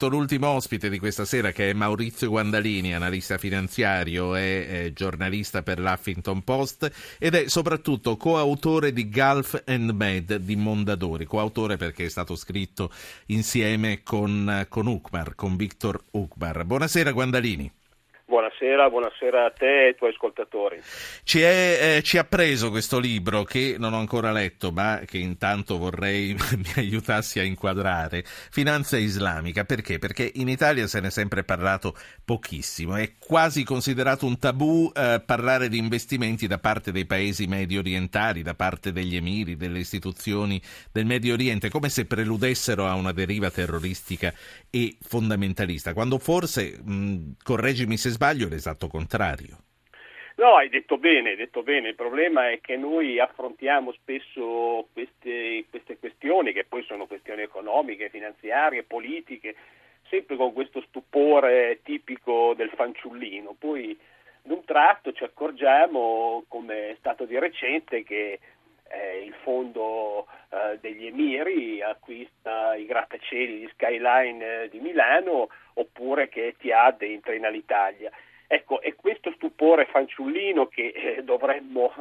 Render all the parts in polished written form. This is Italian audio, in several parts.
l'ultimo ospite di questa sera, che è Maurizio Guandalini, analista finanziario e giornalista per l'Huffington Post, ed è soprattutto coautore di Gulf and Med di Mondadori, coautore perché è stato scritto insieme con Uqbar, con Victor Uqbar. Buonasera Guandalini. Buonasera a te e ai tuoi ascoltatori. Ci ha preso questo libro che non ho ancora letto, ma che intanto vorrei mi aiutassi a inquadrare, Finanza Islamica. Perché? Perché in Italia se ne è sempre parlato pochissimo, è quasi considerato un tabù parlare di investimenti da parte dei paesi medio orientali, da parte degli emiri, delle istituzioni del Medio Oriente, come se preludessero a una deriva terroristica e fondamentalista, quando forse, correggimi se sbaglio, è l'esatto contrario. No, hai detto bene. Il problema è che noi affrontiamo spesso queste questioni, che poi sono questioni economiche, finanziarie, politiche, sempre con questo stupore tipico del fanciullino. Poi d'un tratto ci accorgiamo, come è stato di recente, che il fondo degli Emiri acquista i grattacieli di Skyline di Milano, oppure che Etihad entra in Alitalia. Ecco, è questo stupore fanciullino che dovremmo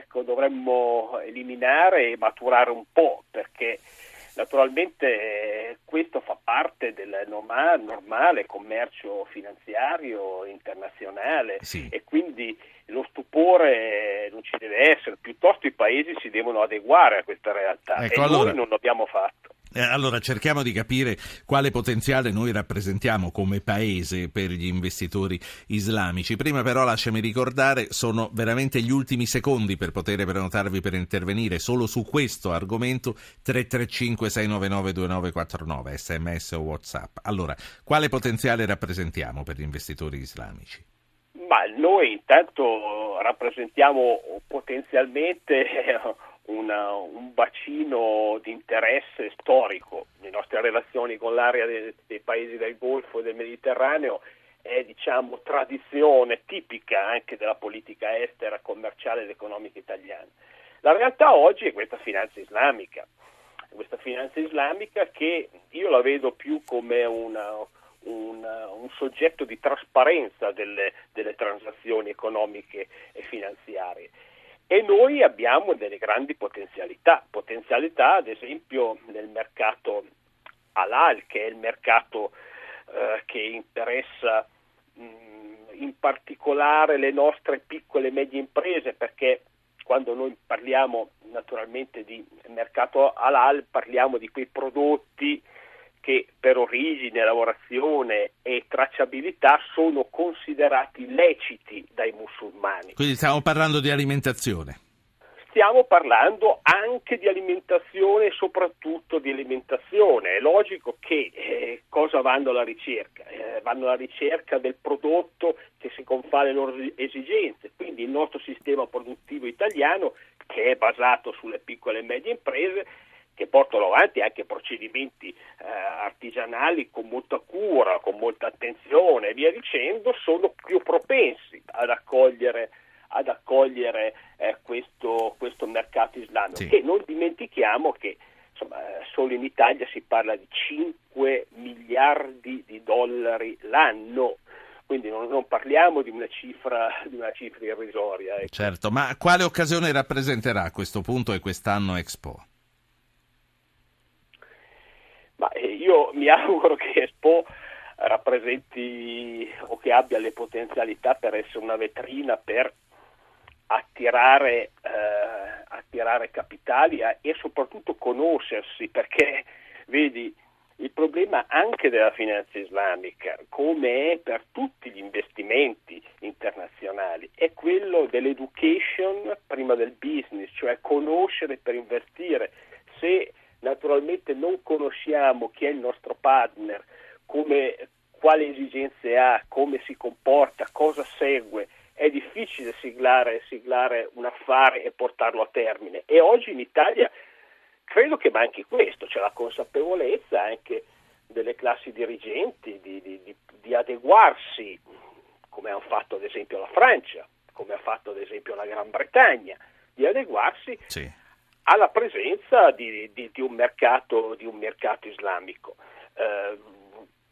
eliminare e maturare un po', perché naturalmente questo fa parte del normale commercio finanziario internazionale, sì. E quindi lo stupore non ci deve essere, piuttosto i paesi si devono adeguare a questa realtà, ecco, e allora, noi non l'abbiamo fatto. Allora cerchiamo di capire quale potenziale noi rappresentiamo come paese per gli investitori islamici. Prima però lasciami ricordare, sono veramente gli ultimi secondi per poter prenotarvi per intervenire solo su questo argomento. 335-699-2949, SMS o WhatsApp. Allora, quale potenziale rappresentiamo per gli investitori islamici? Ma noi intanto rappresentiamo potenzialmente un bacino di interesse storico. Le nostre relazioni con l'area dei paesi del Golfo e del Mediterraneo è, tradizione tipica anche della politica estera, commerciale ed economica italiana. La realtà oggi è questa finanza islamica che io la vedo più come un soggetto di trasparenza delle transazioni economiche e finanziarie. E noi abbiamo delle grandi potenzialità ad esempio nel mercato halal, che è il mercato che interessa in particolare le nostre piccole e medie imprese, perché quando noi parliamo naturalmente di mercato halal parliamo di quei prodotti che per origine, lavorazione e tracciabilità sono considerati leciti dai musulmani. Quindi stiamo parlando di alimentazione. Stiamo parlando anche di alimentazione e soprattutto di alimentazione. È logico che cosa vanno alla ricerca? Vanno alla ricerca del prodotto che si confà alle loro esigenze. Quindi il nostro sistema produttivo italiano, che è basato sulle piccole e medie imprese, che portano avanti anche procedimenti artigianali con molta cura, con molta attenzione e via dicendo, sono più propensi ad accogliere questo mercato islamico, sì. Che non dimentichiamo che solo in Italia si parla di 5 miliardi di dollari l'anno, quindi non parliamo di una cifra irrisoria. Ecco. Certo, ma quale occasione rappresenterà a questo punto e quest'anno Expo? Ma io mi auguro che Expo rappresenti o che abbia le potenzialità per essere una vetrina per attirare capitali e soprattutto conoscersi, perché vedi, il problema anche della finanza islamica, come è per tutti gli investimenti internazionali, è quello dell'education prima del business, cioè conoscere per investire. Se naturalmente non conosciamo chi è il nostro partner, quali esigenze ha, come si comporta, cosa segue, è difficile siglare un affare e portarlo a termine. E oggi in Italia credo che manchi questo, c'è la consapevolezza anche delle classi dirigenti di adeguarsi, come hanno fatto ad esempio la Francia, come ha fatto ad esempio la Gran Bretagna, di adeguarsi alla presenza di un mercato islamico.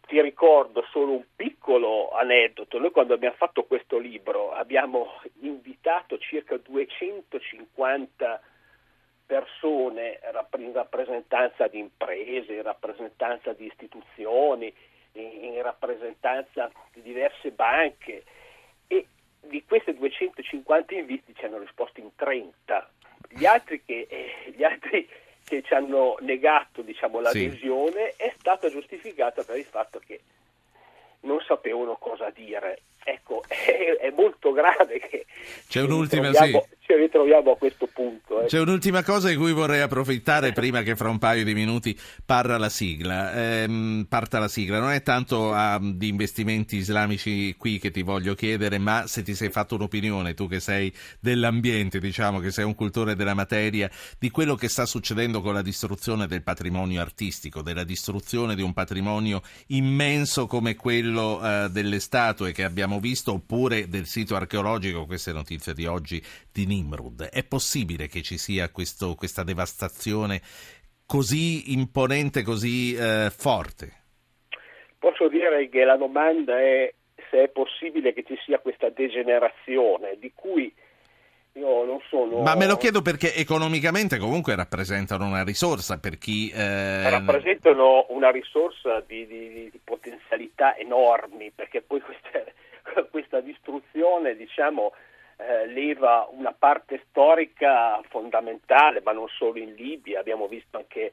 ti ricordo solo un piccolo aneddoto. Noi quando abbiamo fatto questo libro abbiamo invitato circa 250 persone in rappresentanza di imprese, in rappresentanza di istituzioni, in rappresentanza di diverse banche, e di questi 250 inviti ci hanno risposto in 30. Gli altri che ci hanno negato, diciamo, l'adesione è stata giustificata per il fatto che non sapevano cosa dire. Ecco, è molto grave che ci ritroviamo a questo punto. C'è un'ultima cosa di cui vorrei approfittare prima che fra un paio di minuti parta la sigla. Non è tanto di investimenti islamici qui che ti voglio chiedere, ma se ti sei fatto un'opinione, tu che sei dell'ambiente, diciamo che sei un cultore della materia, di quello che sta succedendo con la distruzione del patrimonio artistico, della distruzione di un patrimonio immenso come quello delle statue che abbiamo visto, oppure del sito archeologico, queste notizie di oggi, di Nimrud. È possibile che ci sia questa devastazione così imponente, così forte? Posso dire che la domanda è se è possibile che ci sia questa degenerazione, di cui io non sono... Ma me lo chiedo perché economicamente comunque rappresentano una risorsa per chi... Rappresentano una risorsa di potenzialità enormi, perché poi questa distruzione, diciamo, leva una parte storica fondamentale, ma non solo in Libia, abbiamo visto anche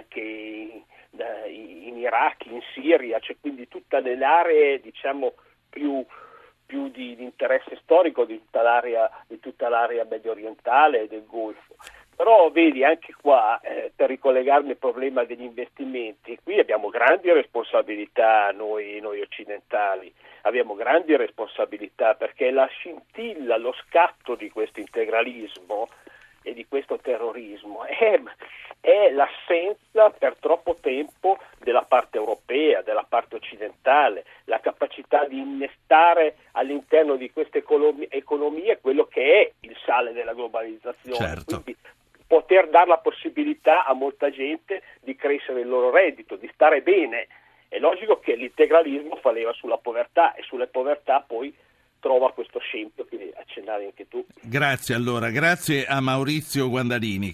in Iraq, in Siria, cioè quindi tutte le aree, diciamo, più di interesse storico di tutta l'area medio orientale e del Golfo. Però vedi, anche qua, per ricollegarmi al problema degli investimenti, qui abbiamo grandi responsabilità noi occidentali, abbiamo grandi responsabilità, perché la scintilla, lo scatto di questo integralismo e di questo terrorismo è l'assenza per troppo tempo della parte europea, della parte occidentale, la capacità di innestare all'interno di queste economie quello che è il sale della globalizzazione. Certo. Quindi poter dare la possibilità a molta gente di crescere il loro reddito, di stare bene. È logico che l'integralismo fa leva sulla povertà, e sulle povertà poi trova questo scempio che accennavi anche tu. Grazie a Maurizio Guandalini.